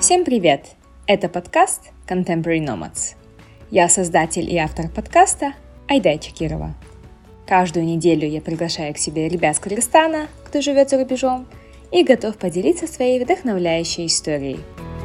Всем привет! Это подкаст Contemporary Nomads. Я создатель и автор подкаста Айда Чакирова. Каждую неделю я приглашаю к себе ребят с Кыргызстана, кто живет за рубежом, и готов поделиться своей вдохновляющей историей.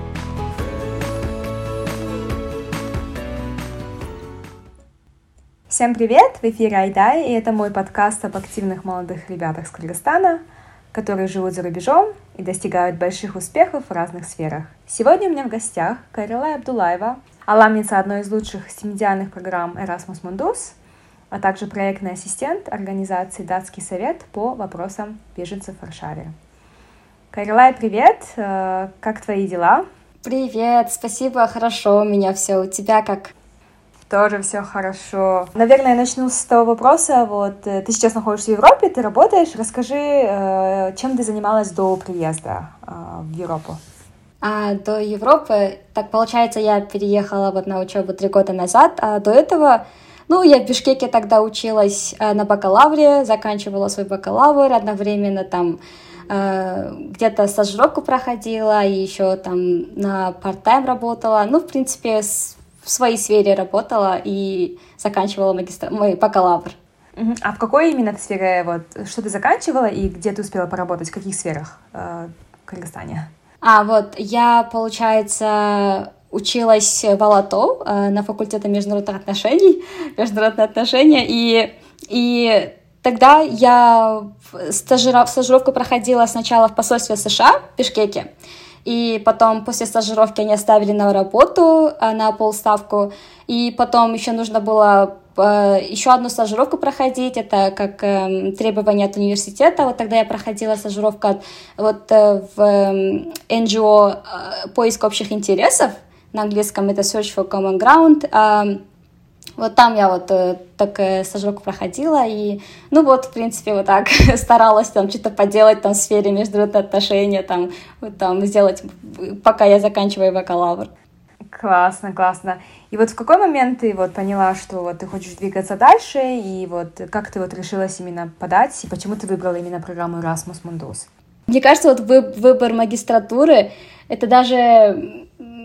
Всем привет! В эфире Айда, и это мой подкаст об активных молодых ребятах с Кыргызстана, которые живут за рубежом и достигают больших успехов в разных сферах. Сегодня у меня в гостях Кайралай Абдулаева, аламница одной из лучших стипендиальных программ Erasmus Mundus, а также проектный ассистент организации «Датский совет» по вопросам беженцев в Варшаве. Кайралай, привет! Как твои дела? Привет, спасибо, хорошо у меня все. У тебя как? Тоже все хорошо. Наверное, я начну с того вопроса. Ты сейчас находишься в Европе, ты работаешь. Расскажи, чем ты занималась до приезда в Европу? До Европы, так получается, я переехала на учебу 3 года назад, а до этого, я в Бишкеке тогда училась на бакалавре, заканчивала свой бакалавр, одновременно там где-то стажировку проходила, и еще там на part-time работала. В принципе, в своей сфере работала и заканчивала мой бакалавр. А в какой именно сфере, что ты заканчивала и где ты успела поработать, в каких сферах в Кыргызстане? Я, получается, училась в Алатау на факультете международных отношений, и тогда я стажировку проходила сначала в посольстве США в Бишкеке, и потом после стажировки они оставили на работу на полставку, и потом еще нужно было еще одну стажировку проходить, это как требование от университета. Тогда я проходила стажировку в НГО «Поиск общих интересов», на английском это «Search for Common Ground». Там я так стажировку проходила, и, в принципе, так старалась что-то поделать в сфере международных отношений, сделать, пока я заканчиваю бакалавр. Классно. И в какой момент ты поняла, что ты хочешь двигаться дальше, и как ты решилась именно подать, и почему ты выбрала именно программу Erasmus Mundus? Мне кажется, выбор магистратуры, это даже,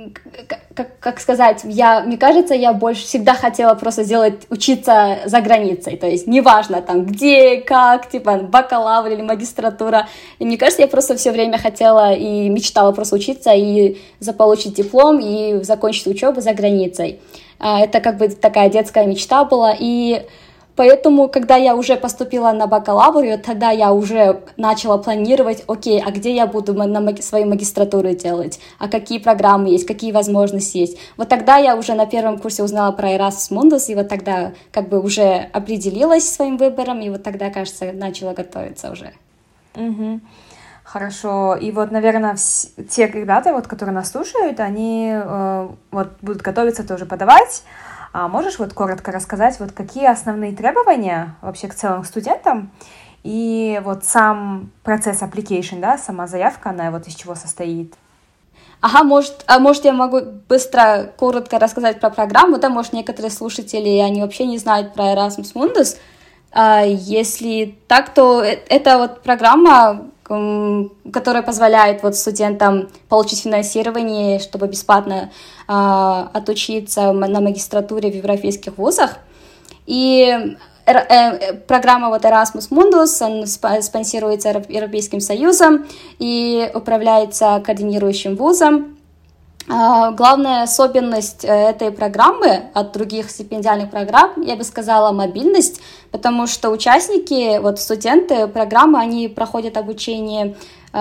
как сказать, мне кажется, я больше всегда хотела просто учиться за границей, то есть неважно где, как, бакалавр или магистратура, и мне кажется, я просто все время хотела и мечтала просто учиться и заполучить диплом и закончить учебу за границей. Это такая детская мечта была, и поэтому, когда я уже поступила на бакалавр, тогда я уже начала планировать, окей, а где я буду свою магистратуру делать, а какие программы есть, какие возможности есть. Тогда я уже на первом курсе узнала про Erasmus Mundus, и тогда уже определилась своим выбором, и тогда, кажется, начала готовиться уже. Угу. Хорошо. И наверное, те ребята, которые нас слушают, они будут готовиться тоже подавать. А можешь коротко рассказать, какие основные требования вообще к целым студентам и сам процесс application, да, сама заявка, она из чего состоит? Может, я могу быстро, коротко рассказать про программу, да, может, некоторые слушатели, они вообще не знают про Erasmus Mundus. Если так, то это программа, которая позволяет студентам получить финансирование, чтобы бесплатно отучиться на магистратуре в европейских вузах. И программа Erasmus Mundus спонсируется Европейским Союзом и управляется координирующим вузом. Главная особенность этой программы от других стипендиальных программ, я бы сказала, мобильность, потому что участники, студенты программы, они проходят обучение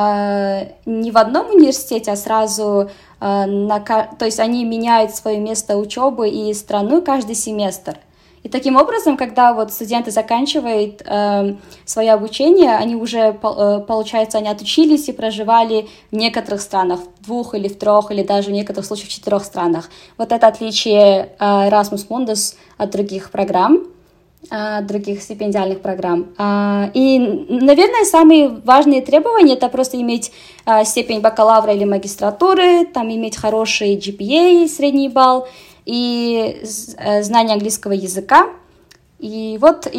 не в одном университете, а сразу, то есть они меняют свое место учебы и страну каждый семестр. И таким образом, когда студенты заканчивают свое обучение, они уже, получается, они отучились и проживали в некоторых странах, в 2 или в 3, или даже в некоторых случаях в 4 странах. Это отличие Erasmus Mundus от других программ, других стипендиальных программ. И, наверное, самые важные требования — это просто иметь степень бакалавра или магистратуры, иметь хороший GPA, средний балл, и знание английского языка, и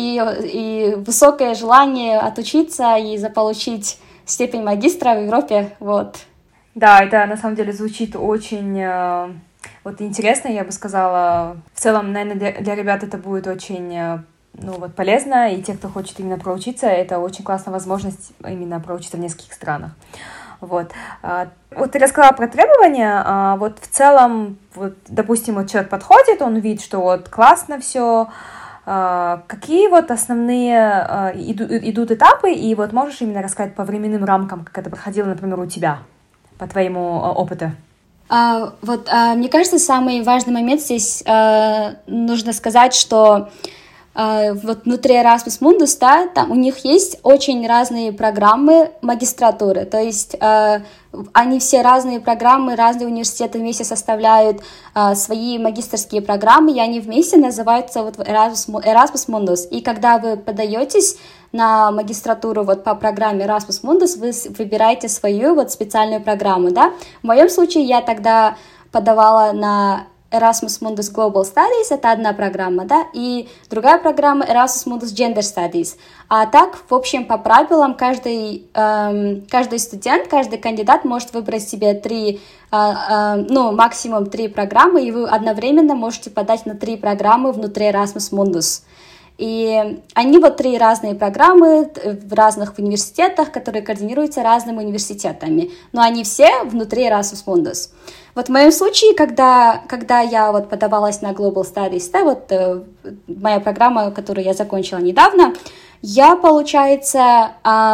высокое желание отучиться и заполучить степень магистра в Европе, Да, это на самом деле звучит очень вот интересно, я бы сказала. В целом, наверное, для ребят это будет очень полезно, и те, кто хочет именно проучиться, это очень классная возможность именно проучиться в нескольких странах. Вот. Вот ты рассказала про требования, вот в целом, вот, допустим, вот человек подходит, он видит, что вот классно все, какие вот основные идут этапы, и вот можешь именно рассказать по временным рамкам, как это проходило, например, у тебя, по твоему опыту? Мне кажется, самый важный момент здесь нужно сказать, что вот внутри Erasmus Mundus, да, там у них есть очень разные программы магистратуры, то есть они все разные программы, разные университеты вместе составляют свои магистерские программы, и они вместе называются вот Erasmus Mundus. И когда вы подаетесь на магистратуру вот по программе Erasmus Mundus, вы выбираете свою вот специальную программу, да. В моем случае я тогда подавала на Erasmus Mundus Global Studies, это одна программа, да, и другая программа Erasmus Mundus Gender Studies. А так, в общем, по правилам, каждый студент, каждый кандидат может выбрать себе максимум 3 программы, и вы одновременно можете подать на 3 программы внутри Erasmus Mundus. И они вот 3 разные программы в разных университетах, которые координируются разными университетами, но они все внутри Erasmus Mundus. Вот в моем случае, когда я вот подавалась на Global Studies, да, вот моя программа, которую я закончила недавно, я, получается,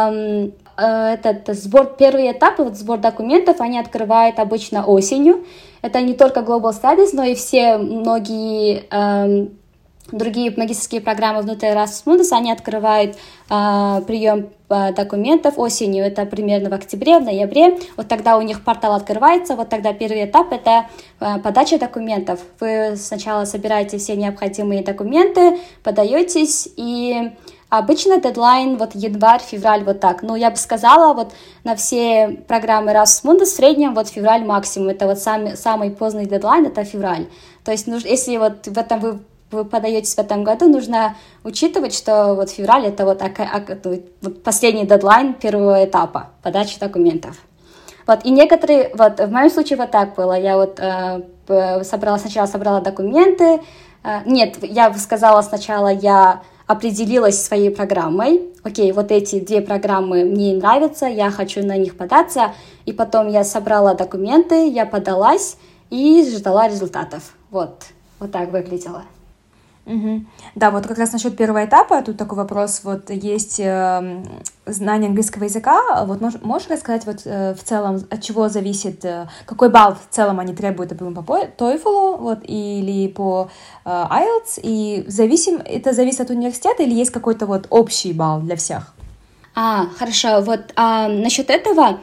первый этап, вот сбор документов, они открывают обычно осенью. Это не только Global Studies, но и многие другие магистерские программы внутри Erasmus Mundus, они открывают прием документов осенью, это примерно в октябре, в ноябре, вот тогда у них портал открывается, вот тогда первый этап — это подача документов. Вы сначала собираете все необходимые документы, подаетесь, и обычно дедлайн вот январь-февраль, вот так. Ну, я бы сказала, вот на все программы Erasmus Mundus в среднем вот февраль максимум, это вот самый поздний дедлайн, это февраль. То есть, если вот в этом вы подаетесь в этом году, нужно учитывать, что вот февраль — это вот последний дедлайн первого этапа подачи документов. Вот, и некоторые, вот в моем случае вот так было, я вот сначала собрала документы, я бы сказала сначала, я определилась своей программой, окей, вот эти 2 программы мне нравятся, я хочу на них податься, и потом я собрала документы, я подалась и ждала результатов. Вот так выглядело. Угу. Да, вот как раз насчет первого этапа, тут такой вопрос, вот есть знание английского языка, вот можешь рассказать вот в целом, от чего зависит, какой балл в целом они требуют, например, по TOEFL вот, или по IELTS, и это зависит от университета или есть какой-то вот общий балл для всех? Хорошо, вот насчет этого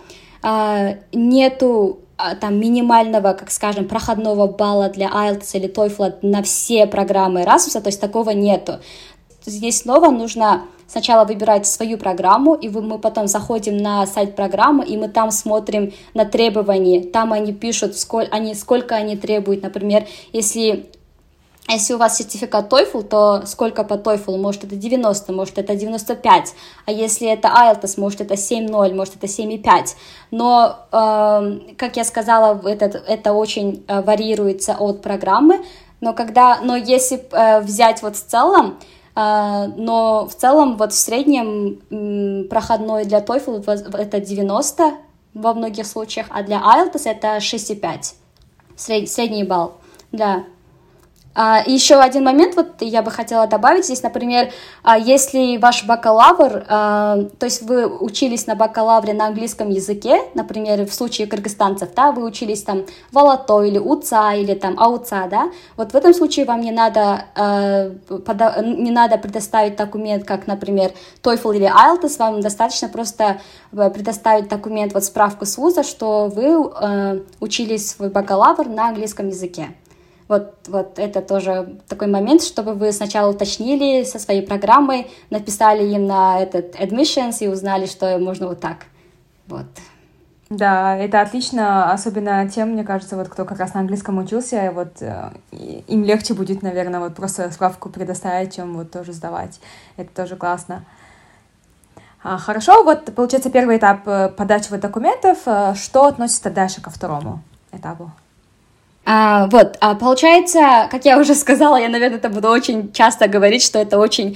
нету там минимального, как скажем, проходного балла для IELTS или TOEFL на все программы Erasmus, то есть такого нету. Здесь снова нужно сначала выбирать свою программу, и мы потом заходим на сайт программы, и мы там смотрим на требования. Там они пишут, сколько они требуют. Например, если у вас сертификат TOEFL, то сколько по TOEFL? Может, это 90, может, это 95. А если это IELTS, может, это 7.0, может, это 7.5. Но, как я сказала, это очень варьируется от программы. Но если взять вот в целом, вот в среднем проходной для TOEFL это 90 во многих случаях, а для IELTS это 6.5. Средний балл. Да. И еще один момент, вот я бы хотела добавить здесь, например, если ваш бакалавр, то есть вы учились на бакалавре на английском языке, например, в случае кыргызстанцев, да, вы учились там в Алато или УЦА или там АУЦА, да, вот в этом случае вам не надо предоставить документ, как, например, TOEFL или IELTS, вам достаточно просто предоставить документ, вот справку с вуза, что вы учились в бакалавр на английском языке. Вот это тоже такой момент, чтобы вы сначала уточнили со своей программой, написали им на этот admissions и узнали, что можно вот так. Вот. Да, это отлично, особенно тем, мне кажется, вот кто как раз на английском учился, вот им легче будет, наверное, вот просто справку предоставить, чем вот тоже сдавать. Это тоже классно. Хорошо, вот получается первый этап подачи документов. Что относится дальше ко второму этапу? Получается, как я уже сказала, я, наверное, это буду очень часто говорить, что это очень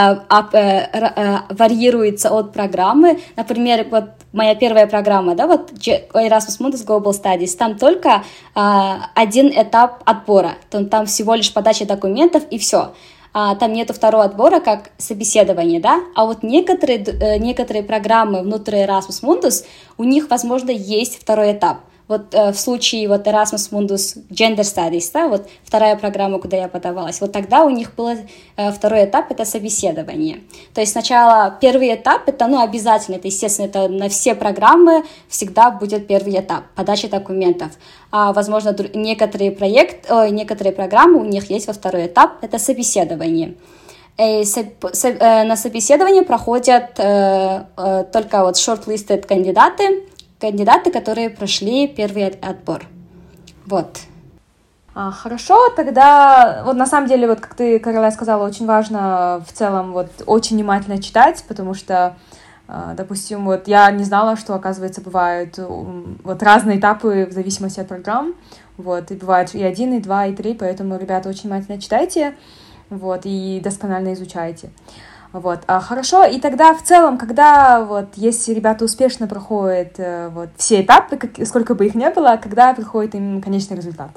варьируется от программы. Например, вот моя первая программа, да, вот Erasmus Mundus Global Studies, там только один этап отбора, там всего лишь подача документов и все. Там нету второго отбора, как собеседование, да, а вот некоторые программы внутри Erasmus Mundus, у них, возможно, есть второй этап. Вот в случае вот Erasmus Mundus Gender Studies, да, вот вторая программа, куда я подавалась, вот тогда у них был второй этап, это собеседование. То есть сначала первый этап, это, обязательно, это, естественно, это на все программы всегда будет первый этап, подача документов. А, возможно, некоторые программы, у них есть вот второй этап, это собеседование. И на собеседование проходят только вот shortlisted кандидаты, которые прошли первый отбор. Вот. Хорошо, тогда вот на самом деле, вот как ты, Каролай, сказала, очень важно в целом вот очень внимательно читать, потому что, допустим, вот я не знала, что, оказывается, бывают вот разные этапы в зависимости от программ, вот, и бывают и 1, и 2, и 3, поэтому, ребята, очень внимательно читайте, вот, и досконально изучайте. Вот, хорошо, и тогда в целом, когда вот, если ребята успешно проходят вот, все этапы, сколько бы их ни было, когда приходит им конечный результат?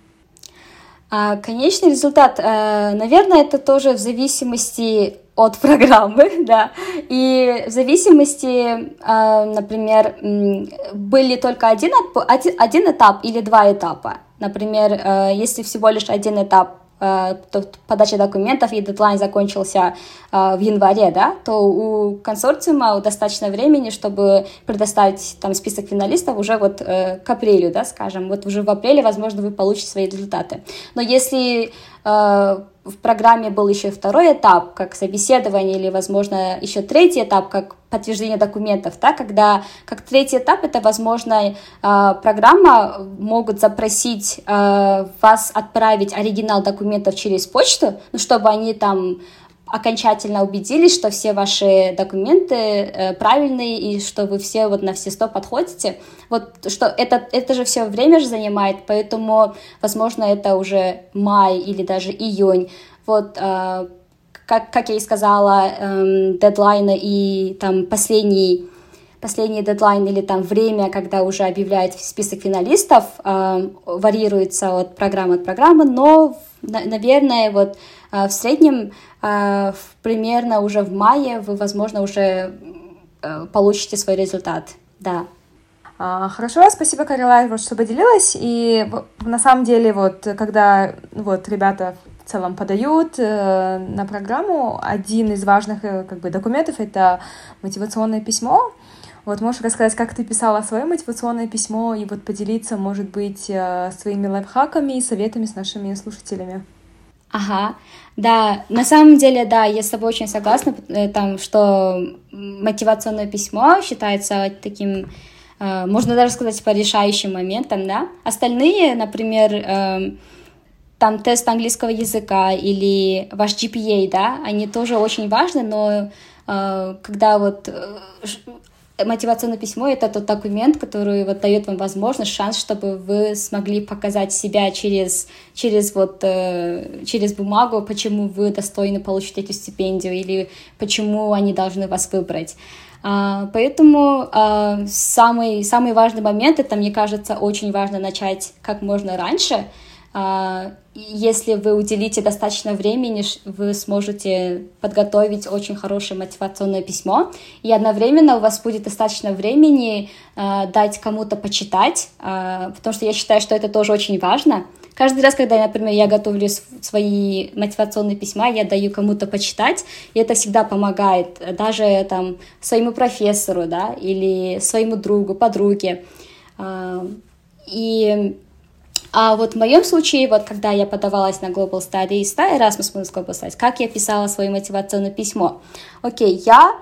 Конечный результат, наверное, это тоже в зависимости от программы, да, и в зависимости, например, были только один этап или два этапа, например, если всего лишь один этап, подача документов, и дедлайн закончился в январе, да, то у консорциума достаточно времени, чтобы предоставить там список финалистов уже вот к апрелю, да, скажем, вот уже в апреле, возможно, вы получите свои результаты. Но если в программе был еще второй этап, как собеседование, или, возможно, еще третий этап, как подтверждение документов, да, когда как третий этап, это, возможно, программа могут запросить вас отправить оригинал документов через почту, чтобы они там окончательно убедились, что все ваши документы правильные и что вы все вот на все 100 подходите. Вот что это же все время же занимает, поэтому, возможно, это уже май или даже июнь. Вот, как я и сказала, дедлайны и там последний дедлайн или там время, когда уже объявляют список финалистов, варьируется от программы, но, наверное, вот в среднем примерно уже в мае вы, возможно, уже получите свой результат, да. Хорошо, спасибо, Каролай, что поделилась. И на самом деле, вот когда вот ребята в целом подают на программу, один из важных документов — это мотивационное письмо. Вот можешь рассказать, как ты писала свое мотивационное письмо, и вот поделиться, может быть, своими лайфхаками и советами с нашими слушателями. Ага, да, на самом деле, да, я с тобой очень согласна, там, что мотивационное письмо считается таким, можно даже сказать, решающим моментом, да. Остальные, например, там тест английского языка или ваш GPA, да, они тоже очень важны, но когда вот мотивационное письмо — это тот документ, который вот дает вам возможность, шанс, чтобы вы смогли показать себя через бумагу, почему вы достойны получить эту стипендию или почему они должны вас выбрать. Поэтому самый важный момент — это, мне кажется, очень важно начать как можно раньше. Если вы уделите достаточно времени, вы сможете подготовить очень хорошее мотивационное письмо, и одновременно у вас будет достаточно времени дать кому-то почитать, потому что я считаю, что это тоже очень важно. Каждый раз, когда, например, я готовлю свои мотивационные письма, я даю кому-то почитать, и это всегда помогает, даже там своему профессору, да, или своему другу, подруге. А вот в моем случае, вот когда я подавалась на Global Studies, да, Erasmus Mundus Global Studies, как я писала свое мотивационное письмо? Окей,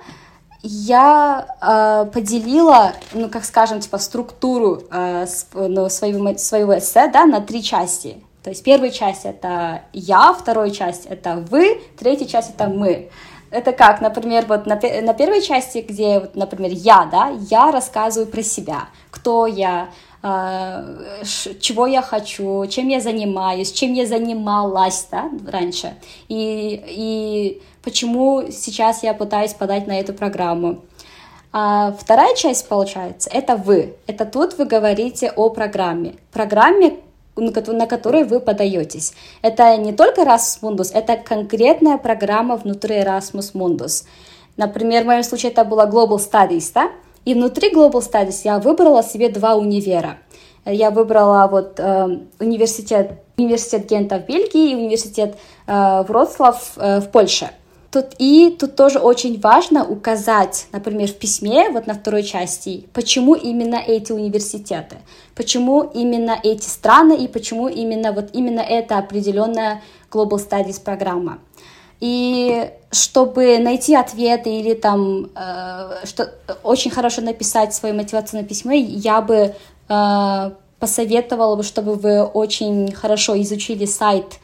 я поделила, как скажем, структуру своего эссе, да, на 3 части. То есть первая часть — это я, вторая часть — это вы, третья часть — это мы. Это как, например, вот на первой части, где, вот, например, я рассказываю про себя, кто я, чего я хочу, чем я занимаюсь, чем я занималась, да, раньше, и почему сейчас я пытаюсь подать на эту программу. А вторая часть, получается, это вы. Это тут вы говорите о программе, на которой вы подаетесь. Это не только Erasmus Mundus, это конкретная программа внутри Erasmus Mundus. Например, в моем случае это была Global Studies, да? И внутри Global Studies я выбрала себе 2 универа. Я выбрала вот университет Гента в Бельгии и университет Вроцлав в Польше. Тут тоже очень важно указать, например, в письме, вот на второй части, почему именно эти университеты, почему именно эти страны и почему именно эта определенная Global Studies программа. И чтобы найти ответы или там очень хорошо написать свое мотивационное письмо, я бы посоветовала, чтобы вы очень хорошо изучили сайт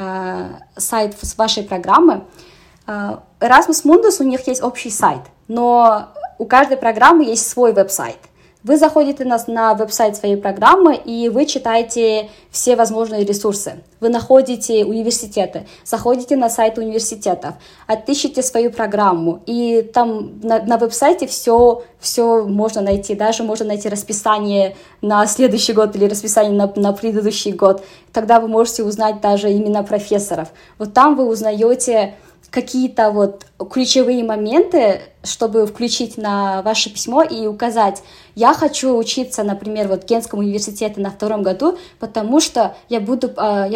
с вашей программы. Erasmus Mundus, у них есть общий сайт, но у каждой программы есть свой веб-сайт. Вы заходите на веб-сайт своей программы, и вы читаете все возможные ресурсы. Вы находите университеты, заходите на сайт университетов, отыщите свою программу, и там на веб-сайте все можно найти. Даже можно найти расписание на следующий год или расписание на предыдущий год. Тогда вы можете узнать даже имена профессоров. Вот там вы узнаете какие-то вот ключевые моменты, чтобы включить на ваше письмо и указать: я хочу учиться, например, вот в Гентском университете на 2-м году, потому что я буду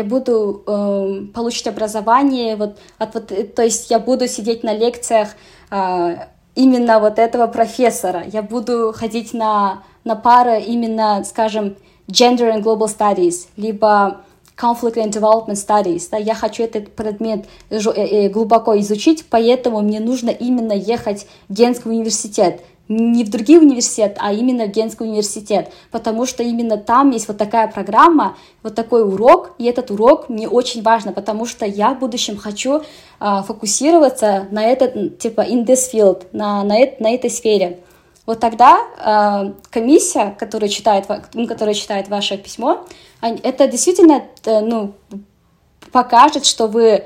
получить образование, то есть я буду сидеть на лекциях именно вот этого профессора, я буду ходить на пары именно, скажем, Gender and Global Studies, либо Conflict and Development Studies, да, я хочу этот предмет глубоко изучить, поэтому мне нужно именно ехать в Гентский университет, не в другие университеты, а именно в Гентский университет, потому что именно там есть вот такая программа, вот такой урок, и этот урок мне очень важно, потому что я в будущем хочу фокусироваться на этот, типа, in this field, на этой сфере. Вот тогда комиссия, которая читает ваше письмо, это действительно покажет, что вы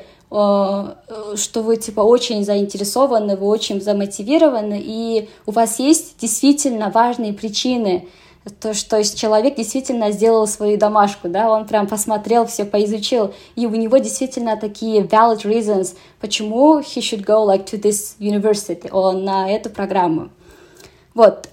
типа очень заинтересованы, вы очень замотивированы, и у вас есть действительно важные причины. То есть человек действительно сделал свою домашку, да, он прям посмотрел, все поизучил, и у него действительно такие valid reasons, почему he should go like to this university, на эту программу. Вот.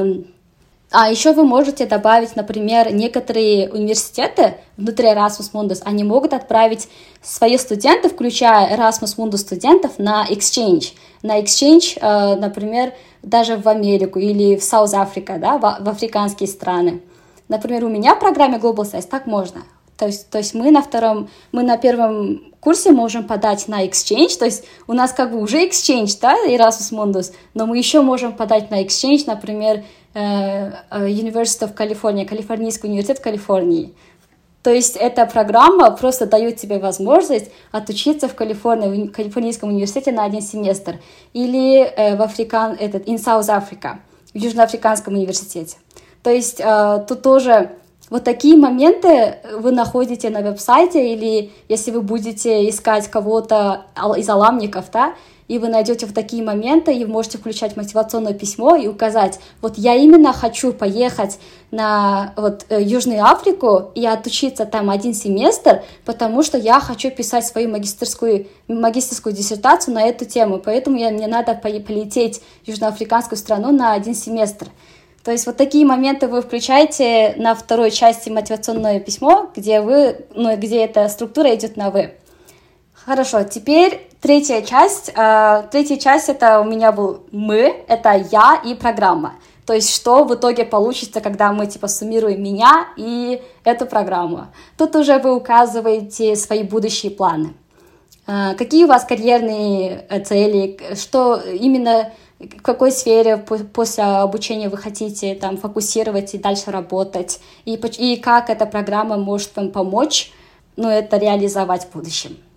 А еще вы можете добавить, например, некоторые университеты внутри Erasmus Mundus, они могут отправить своих студентов, включая Erasmus Mundus студентов, на exchange. На exchange, например, даже в Америку или в South Africa, да, в африканские страны. Например, у меня в программе Global Studies так можно. То есть мы на первом курсе можем подать на exchange, то есть у нас как бы уже exchange, да, Erasmus Mundus, но мы еще можем подать на exchange, например, University of California, Калифорнийский университет Калифорнии. То есть эта программа просто дает тебе возможность отучиться в Калифорнийском университете на 1 семестр или in South Africa, в Южноафриканском университете. То есть тут тоже вот такие моменты вы находите на веб-сайте, или если вы будете искать кого-то из аламников, да, и вы найдете вот такие моменты, и вы можете включать мотивационное письмо и указать: вот я именно хочу поехать на Южную Африку и отучиться там 1 семестр, потому что я хочу писать свою магистерскую диссертацию на эту тему, поэтому мне надо полететь в южноафриканскую страну на 1 семестр. То есть вот такие моменты вы включаете на второй части мотивационное письмо, где эта структура идет на «вы». Хорошо, теперь третья часть. Третья часть — это у меня был «мы», это «я» и программа. То есть что в итоге получится, когда мы суммируем меня и эту программу. Тут уже вы указываете свои будущие планы. Какие у вас карьерные цели, что именно, в какой сфере после обучения вы хотите там фокусировать и дальше работать, и как эта программа может вам помочь это реализовать в будущем.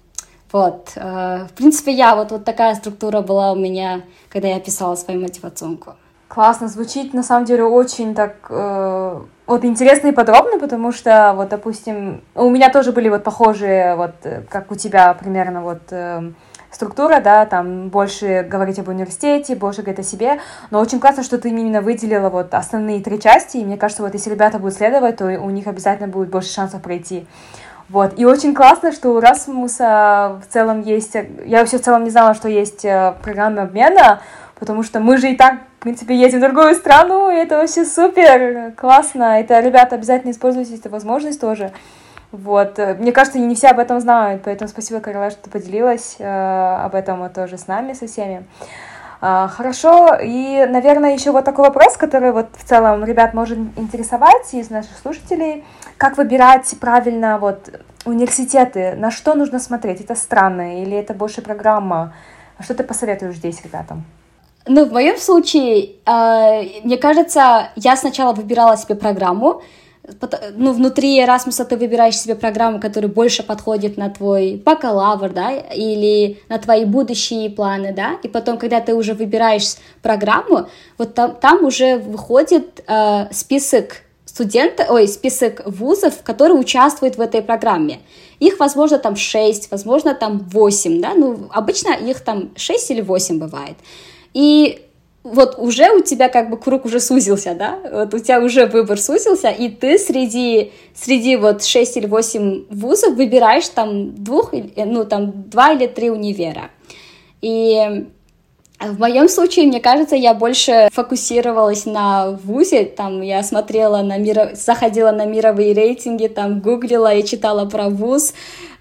Вот, в принципе, вот такая структура была у меня, когда я писала свою мотивационку. Классно, звучит на самом деле очень так вот интересно и подробно, потому что, вот, допустим, у меня тоже были вот похожие, вот, как у тебя примерно вот структура, да, там больше говорить об университете, больше говорить о себе, но очень классно, что ты именно выделила вот основные 3 части, и мне кажется, вот если ребята будут следовать, то у них обязательно будет больше шансов пройти. Вот, и очень классно, что у Расмуса в целом есть, я вообще в целом не знала, что есть программа обмена, потому что мы же и так, в принципе, едем в другую страну, и это вообще супер, классно, это, ребята, обязательно используйте эту возможность тоже. Вот, мне кажется, не все об этом знают, поэтому спасибо, Карла, что ты поделилась об этом вот тоже с нами, со всеми. Хорошо, и, наверное, еще вот такой вопрос, который вот в целом ребят может интересовать из наших слушателей. Как выбирать правильно вот университеты? На что нужно смотреть? Это странно или это больше программа? Что ты посоветуешь здесь ребятам? Ну, в моем случае, мне кажется, я сначала выбирала себе программу. Ну, внутри Erasmus ты выбираешь себе программу, которая больше подходит на твой бакалавр, да, или на твои будущие планы, да, и потом, когда ты уже выбираешь программу, вот там уже выходит список список вузов, которые участвуют в этой программе. Их, возможно, там 6, возможно, там 8, да, ну, обычно их там 6 или 8 бывает. И вот уже у тебя как бы круг уже сузился, да, вот у тебя уже выбор сузился, и ты среди вот 6 или 8 вузов выбираешь там 2 или 3 универа. И в моем случае, мне кажется, я больше фокусировалась на вузе, там я смотрела заходила на мировые рейтинги, там гуглила и читала про вуз,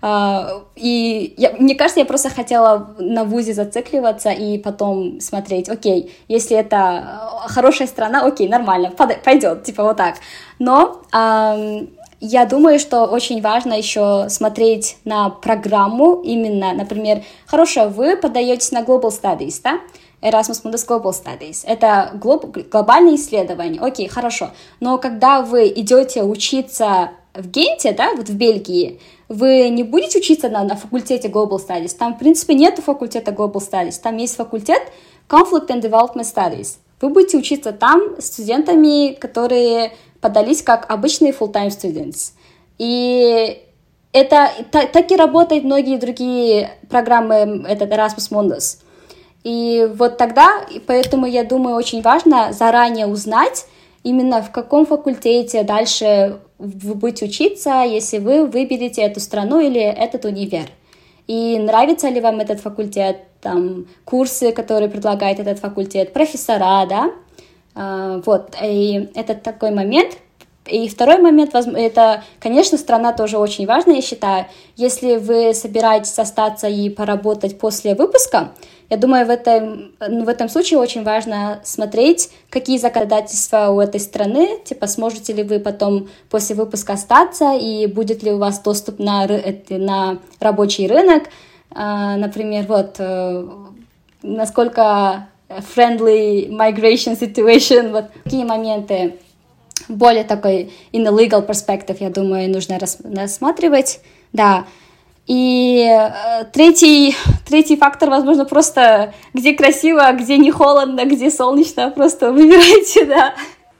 мне кажется, я просто хотела на вузе зацикливаться и потом смотреть, окей, если это хорошая страна, окей, нормально, пойдет, типа вот так. Но я думаю, что очень важно еще смотреть на программу, именно, например, хорошо, вы подаетесь на Global Studies, да? Erasmus Mundus Global Studies. Это глобальные исследования, окей, хорошо. Но когда вы идете учиться в Генте, да, вот в Бельгии, вы не будете учиться на факультете Global Studies. Там, в принципе, нет факультета Global Studies. Там есть факультет Conflict and Development Studies. Вы будете учиться там с студентами, которые подались как обычные full-time students. И это так и работают многие другие программы, этот Erasmus Mundus. И вот тогда, поэтому я думаю, очень важно заранее узнать, именно в каком факультете дальше вы будете учиться, если вы выберете эту страну или этот универ. И нравится ли вам этот факультет, там, курсы, которые предлагает этот факультет, профессора, да, вот, и это такой момент. И второй момент, это, конечно, страна тоже очень важна, я считаю. Если вы собираетесь остаться и поработать после выпуска, я думаю, в этом случае очень важно смотреть, какие законодательства у этой страны, типа, сможете ли вы потом после выпуска остаться, и будет ли у вас доступ на рабочий рынок, например, вот, насколько friendly migration situation, вот, такие моменты. Более такой in a legal perspective, я думаю, нужно рассматривать, да. И третий фактор, возможно, просто где красиво, где не холодно, где солнечно, просто выбирайте, да.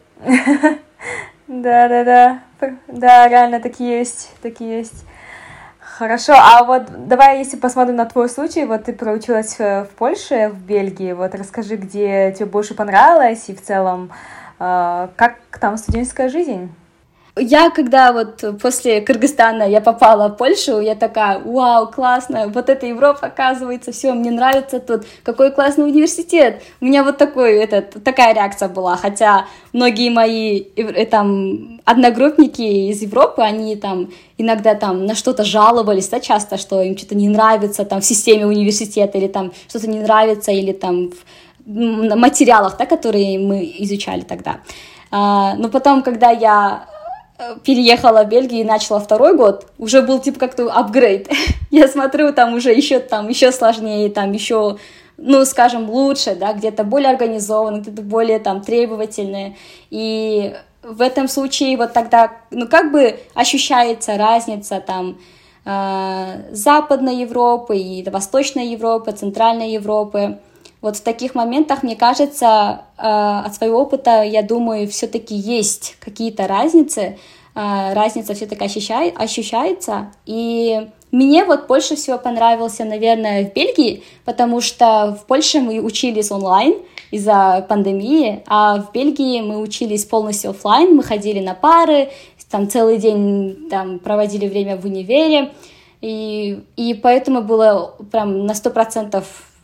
Да, реально, такие есть. Хорошо, а вот давай, если посмотрим на твой случай, вот ты проучилась в Польше, в Бельгии, вот расскажи, где тебе больше понравилось и в целом, как там студенческая жизнь? Я, когда вот после Кыргызстана я попала в Польшу, я такая, вау, классно, вот это Европа, оказывается, все, мне нравится тут, какой классный университет. У меня вот такая реакция была, хотя многие мои там одногруппники из Европы, они там иногда там на что-то жаловались, да, часто, что им что-то не нравится там в системе университета, или там что-то не нравится, или там в материалах, да, которые мы изучали тогда. Но потом, когда я переехала в Бельгию и начала 2-й год, уже был типа как-то апгрейд. Я смотрю, там уже еще сложнее, там еще, ну, скажем, лучше, да, где-то более организованно, где-то более там требовательное. И в этом случае вот тогда, ну, как бы ощущается разница там Западной Европы, и Восточной Европы, Центральной Европы. Вот в таких моментах, мне кажется, от своего опыта, я думаю, все-таки есть какие-то разницы. Разница все-таки ощущается. И мне вот больше всего понравился, наверное, в Бельгии, потому что в Польше мы учились онлайн из-за пандемии, а в Бельгии мы учились полностью офлайн, мы ходили на пары, там целый день там, проводили время в универе, и поэтому было прям на 100%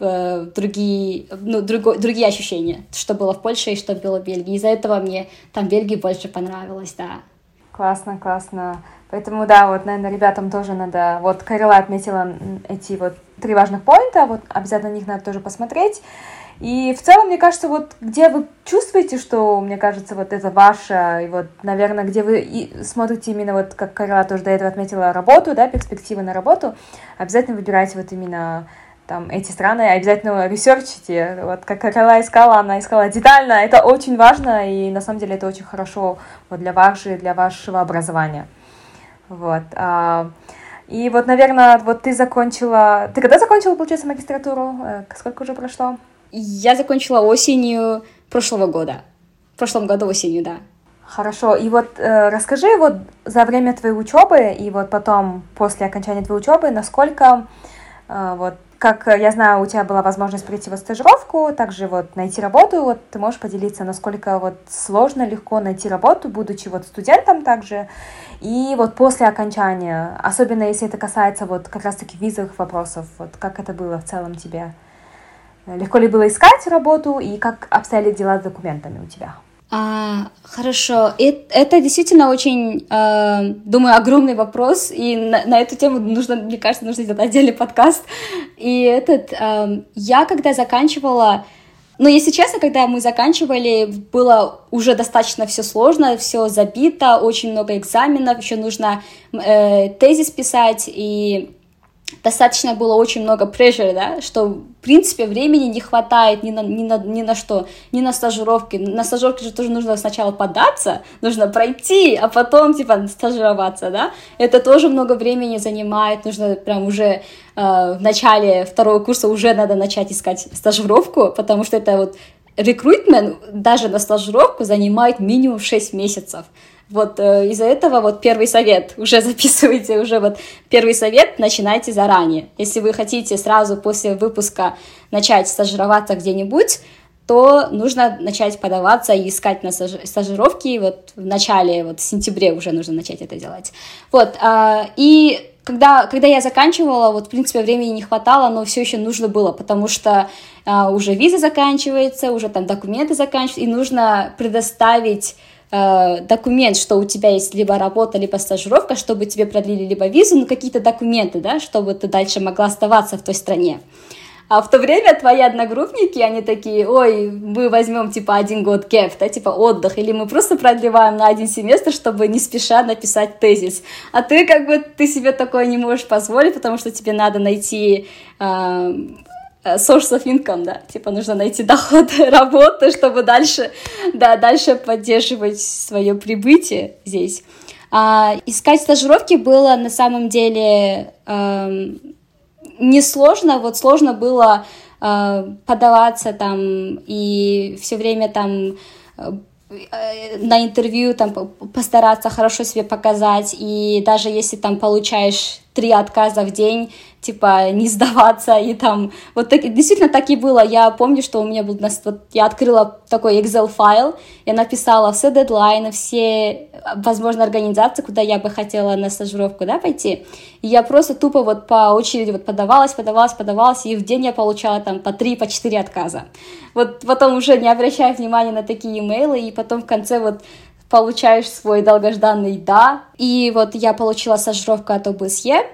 другие ощущения, что было в Польше и что было в Бельгии. Из-за этого мне там в Бельгии больше понравилось, да. Классно, классно. Поэтому, да, вот, наверное, ребятам тоже надо... Вот Карила отметила эти вот 3 важных поинта, вот обязательно на них надо тоже посмотреть. И в целом, мне кажется, вот где вы чувствуете, что, мне кажется, вот это ваше, и вот, наверное, где вы смотрите именно, вот как Карила тоже до этого отметила, работу, да, перспективы на работу, обязательно выбирайте вот именно там эти страны, обязательно ресерчите. Вот как Карила искала, она искала детально, это очень важно, и на самом деле это очень хорошо вот для вашего образования. Вот. И вот, наверное, вот ты когда закончила, получается, магистратуру? Сколько уже прошло? Я закончила осенью прошлого года. В прошлом году осенью, да. Хорошо. И вот расскажи вот за время твоей учебы и вот потом, после окончания твоей учебы, насколько, вот, как я знаю, у тебя была возможность прийти в стажировку, также вот найти работу, вот ты можешь поделиться, насколько вот сложно, легко найти работу, будучи вот студентом также, и вот после окончания, особенно если это касается вот как раз-таки визовых вопросов, вот как это было в целом тебе? Легко ли было искать работу, и как обстояли дела с документами у тебя? Хорошо. Это действительно очень, думаю, огромный вопрос, и на эту тему мне кажется, нужно сделать отдельный подкаст. И я когда заканчивала, если честно, когда мы заканчивали, было уже достаточно все сложно, все забито, очень много экзаменов, еще нужно тезис писать, и достаточно было очень много pressure, да, что, в принципе, времени не хватает ни на что, ни на стажировки. На стажировки же тоже нужно сначала податься, нужно пройти, а потом, стажироваться, да. Это тоже много времени занимает, нужно прям уже в начале 2-го курса уже надо начать искать стажировку, потому что это вот рекрутмент даже на стажировку занимает минимум 6 месяцев. Вот из-за этого вот первый совет, уже записывайте, уже вот первый совет, начинайте заранее. Если вы хотите сразу после выпуска начать стажироваться где-нибудь, то нужно начать подаваться и искать на стажировки, вот в начале, вот в сентябре уже нужно начать это делать. Вот, и когда я заканчивала, вот, в принципе, времени не хватало, но все еще нужно было, потому что уже виза заканчивается, уже там документы заканчиваются, и нужно предоставить документ, что у тебя есть либо работа, либо стажировка, чтобы тебе продлили либо визу, какие-то документы, да, чтобы ты дальше могла оставаться в той стране. А в то время твои одногруппники, они такие: ой, мы возьмем, 1 год гэп, да, отдых, или мы просто продлеваем на 1 семестр, чтобы не спеша написать тезис. А ты ты себе такое не можешь позволить, потому что тебе надо найти source of income, да, нужно найти доход работы, чтобы дальше поддерживать свое прибытие здесь. Искать стажировки было на самом деле несложно, вот сложно было подаваться там и все время там на интервью там постараться хорошо себе показать, и даже если там получаешь 3 отказа в день, не сдаваться, и там, вот так, действительно так и было. Я помню, что у меня был, я открыла такой Excel-файл, я написала все дедлайны, все возможные организации, куда я бы хотела на стажировку, да, пойти, и я просто тупо вот по очереди вот подавалась, и в день я получала там по 3, по 4 отказа. Вот потом уже не обращая внимания на такие имейлы, и потом в конце вот получаешь свой долгожданный «да». И вот я получила стажировку от ОБСЕ,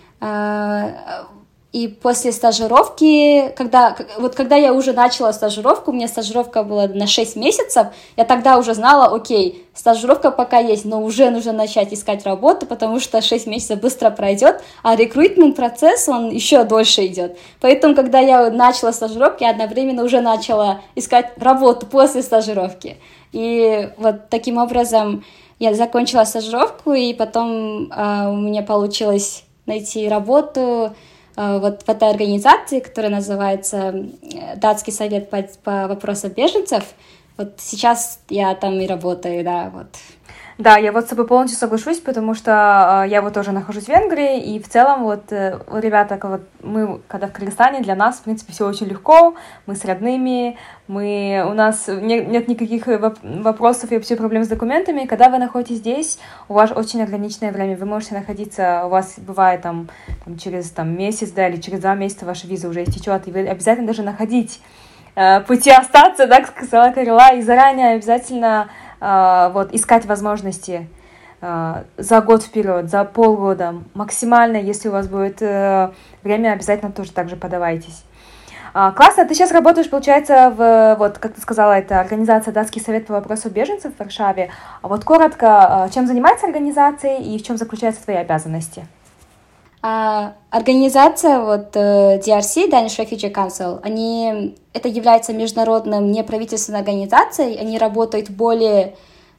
и после стажировки, когда я уже начала стажировку, у меня стажировка была на 6 месяцев, я тогда уже знала: окей, стажировка пока есть, но уже нужно начать искать работу, потому что 6 месяцев быстро пройдет, а рекрутмент процесс, он еще дольше идет. Поэтому, когда я начала стажировку, я одновременно уже начала искать работу после стажировки. И вот таким образом я закончила стажировку, и потом у меня получилось найти работу вот в этой организации, которая называется Датский совет по вопросам беженцев. Вот сейчас я там и работаю, да, вот. Да, я вот с тобой полностью соглашусь, потому что я вот тоже нахожусь в Венгрии, и в целом вот ребята, вот мы, когда в Кыргызстане, для нас, в принципе, все очень легко, мы с родными, у нас нет никаких вопросов и вообще проблем с документами. Когда вы находитесь здесь, у вас очень ограниченное время, вы можете находиться, у вас бывает там через месяц, да, или через 2 месяца ваша виза уже истечет, и вы обязательно даже находить пути остаться, да, как сказала Карила, и заранее обязательно вот искать возможности за год вперед, за полгода, максимально, если у вас будет время, обязательно тоже так же подавайтесь. Классно, ты сейчас работаешь, получается, вот, как ты сказала, это организация Датский совет по вопросам беженцев в Варшаве. А вот коротко, чем занимается организация и в чем заключаются твои обязанности? Организация вот DRC, Danish Refugee Council, это является международным неправительственной организацией, они работают в более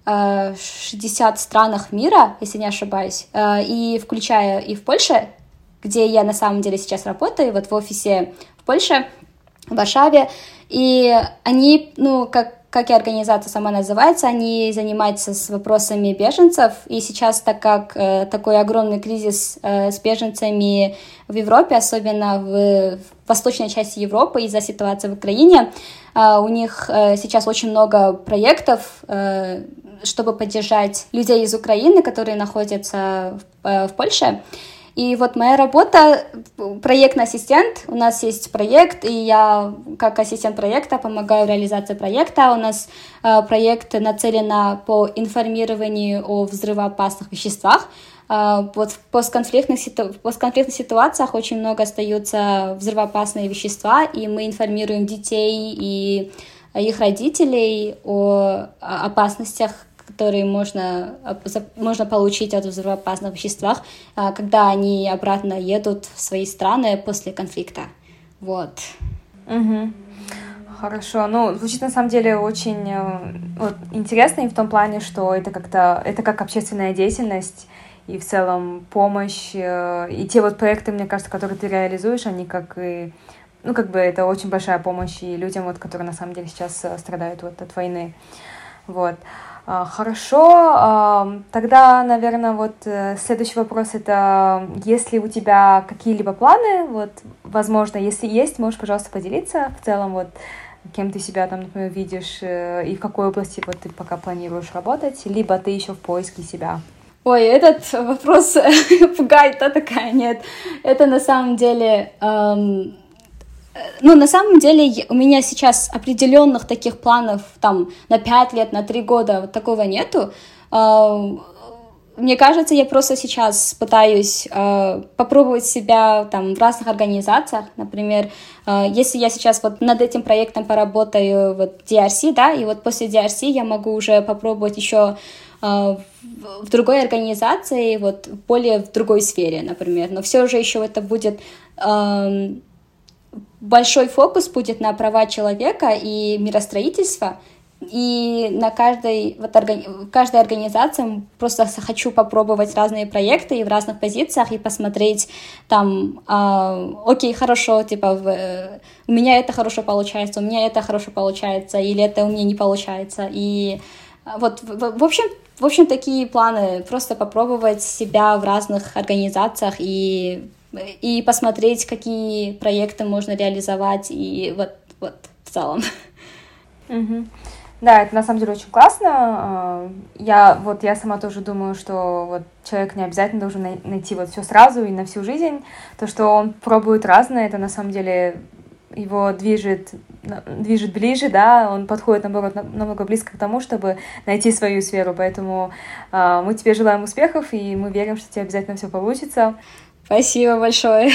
60 странах мира, если не ошибаюсь, и включая и в Польше, где я на самом деле сейчас работаю, вот в офисе в Польше, в Варшаве, и они, как и организация сама называется, они занимаются с вопросами беженцев, и сейчас, так как такой огромный кризис с беженцами в Европе, особенно в восточной части Европы из-за ситуации в Украине, у них сейчас очень много проектов, чтобы поддержать людей из Украины, которые находятся в Польше. И вот моя работа — проектный ассистент. У нас есть проект, и я как ассистент проекта помогаю в реализации проекта. У нас проект нацелен по информированию о взрывоопасных веществах. Вот в постконфликтных ситуациях очень много остаются взрывоопасные вещества, и мы информируем детей и их родителей о опасностях, которые можно получить от взрывоопасных веществ, когда они обратно едут в свои страны после конфликта. Вот. Угу. Хорошо. Звучит на самом деле очень интересно и в том плане, что это как общественная деятельность и в целом помощь. И те вот проекты, мне кажется, которые ты реализуешь, они это очень большая помощь и людям, которые на самом деле сейчас страдают от войны. Вот. Хорошо, тогда, наверное, следующий вопрос — это есть ли у тебя какие-либо планы, возможно, если есть, можешь, пожалуйста, поделиться в целом, кем ты себя там, например, видишь и в какой области ты пока планируешь работать, либо ты еще в поиске себя. Ой, этот вопрос пугает, такая, нет, это на самом деле... на самом деле у меня сейчас определенных таких планов на 5 лет, на 3 года такого нету. Мне кажется, я просто сейчас пытаюсь попробовать себя в разных организациях. Например, если я сейчас над этим проектом поработаю DRC, да, и после DRC я могу уже попробовать еще в другой организации, более в другой сфере, например. Но все же еще это будет... Большой фокус будет на права человека и миростроительство, и на каждой организации просто хочу попробовать разные проекты и в разных позициях и посмотреть окей, хорошо, у меня это хорошо получается, у меня это хорошо получается, или это у меня не получается, и в общем, такие планы, просто попробовать себя в разных организациях и посмотреть, какие проекты можно реализовать, и в целом. Mm-hmm. Да, это на самом деле очень классно. Я сама тоже думаю, что человек не обязательно должен найти все сразу и на всю жизнь. То, что он пробует разное, это на самом деле его движет ближе, да, он подходит, наоборот, намного близко к тому, чтобы найти свою сферу. Поэтому мы тебе желаем успехов, и мы верим, что у тебя обязательно все получится. Спасибо большое.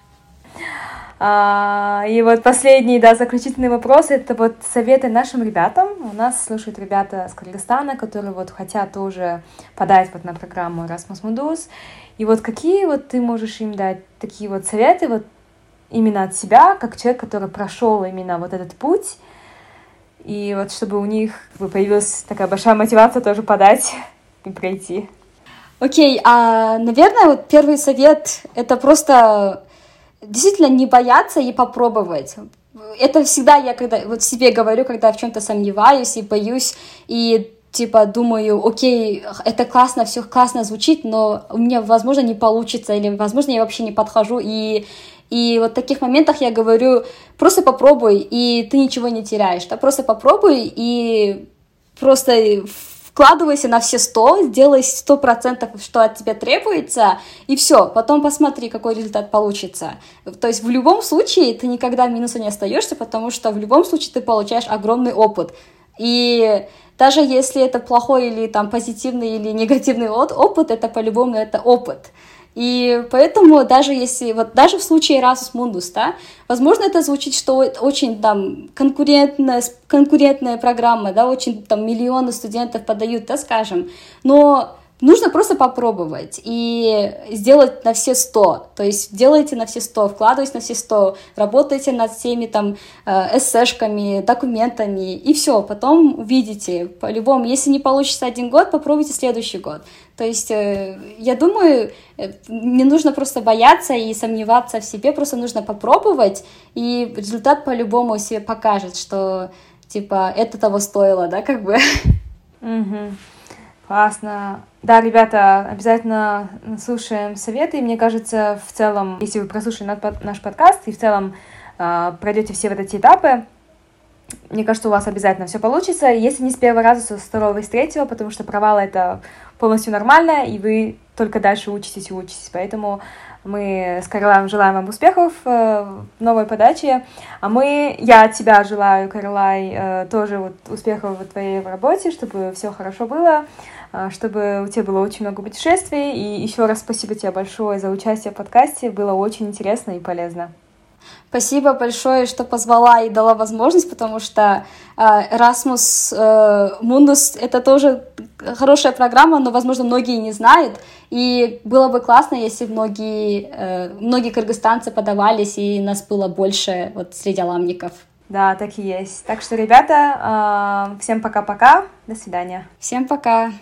И последний, заключительный вопрос — это советы нашим ребятам. У нас слушают ребята с Кыргызстана, которые хотят тоже подать на программу Erasmus Mundus. И какие ты можешь им дать такие советы именно от себя, как человек, который прошел именно этот путь, и чтобы у них появилась такая большая мотивация тоже подать и пройти. Окей, наверное, вот первый совет — это просто действительно не бояться и попробовать. Это всегда я когда вот себе говорю, когда в чем-то сомневаюсь и боюсь, и типа думаю, окей, это классно, все классно звучит, но у меня, возможно, не получится, или, возможно, я вообще не подхожу, и вот в таких моментах я говорю, просто попробуй, и ты ничего не теряешь, да, просто попробуй, и просто вкладывайся на все 100, сделай 100%, что от тебя требуется, и все, потом посмотри, какой результат получится. То есть в любом случае ты никогда в минусе не остаешься, потому что в любом случае ты получаешь огромный опыт. И даже если это плохой или там позитивный или негативный опыт, это по-любому это опыт. И поэтому даже если, вот даже в случае Erasmus Mundus, да, возможно, это звучит, что очень там конкурентная программа, да, очень там миллионы студентов подают, да, скажем, но нужно просто попробовать и сделать на все 100, то есть делайте на все 100, вкладывайтесь на все 100, работайте над всеми там эссешками, документами, и все, потом увидите, по-любому, если не получится один год, попробуйте следующий год. То есть, я думаю, не нужно просто бояться и сомневаться в себе, просто нужно попробовать, и результат по-любому себе покажет, что, типа, это того стоило, да, как бы. Классно. Да, ребята, обязательно слушаем советы. И мне кажется, в целом, если вы прослушали наш подкаст и в целом пройдете все вот эти этапы, мне кажется, у вас обязательно все получится. Если не с первого раза, то с второго и с третьего, потому что провал — это полностью нормально, и вы только дальше учитесь и учитесь. Поэтому мы с Каролаем желаем вам успехов в новой подаче. Я от тебя желаю, Каролай, тоже вот успехов в твоей работе, чтобы все хорошо было, чтобы у тебя было очень много путешествий. И еще раз спасибо тебе большое за участие в подкасте. Было очень интересно и полезно. Спасибо большое, что позвала и дала возможность, потому что Erasmus Mundus — это тоже хорошая программа, но, возможно, многие не знают, и было бы классно, если многие кыргызстанцы подавались, и нас было больше вот среди аламников. Да, так и есть. Так что, ребята, всем пока-пока, до свидания. Всем пока.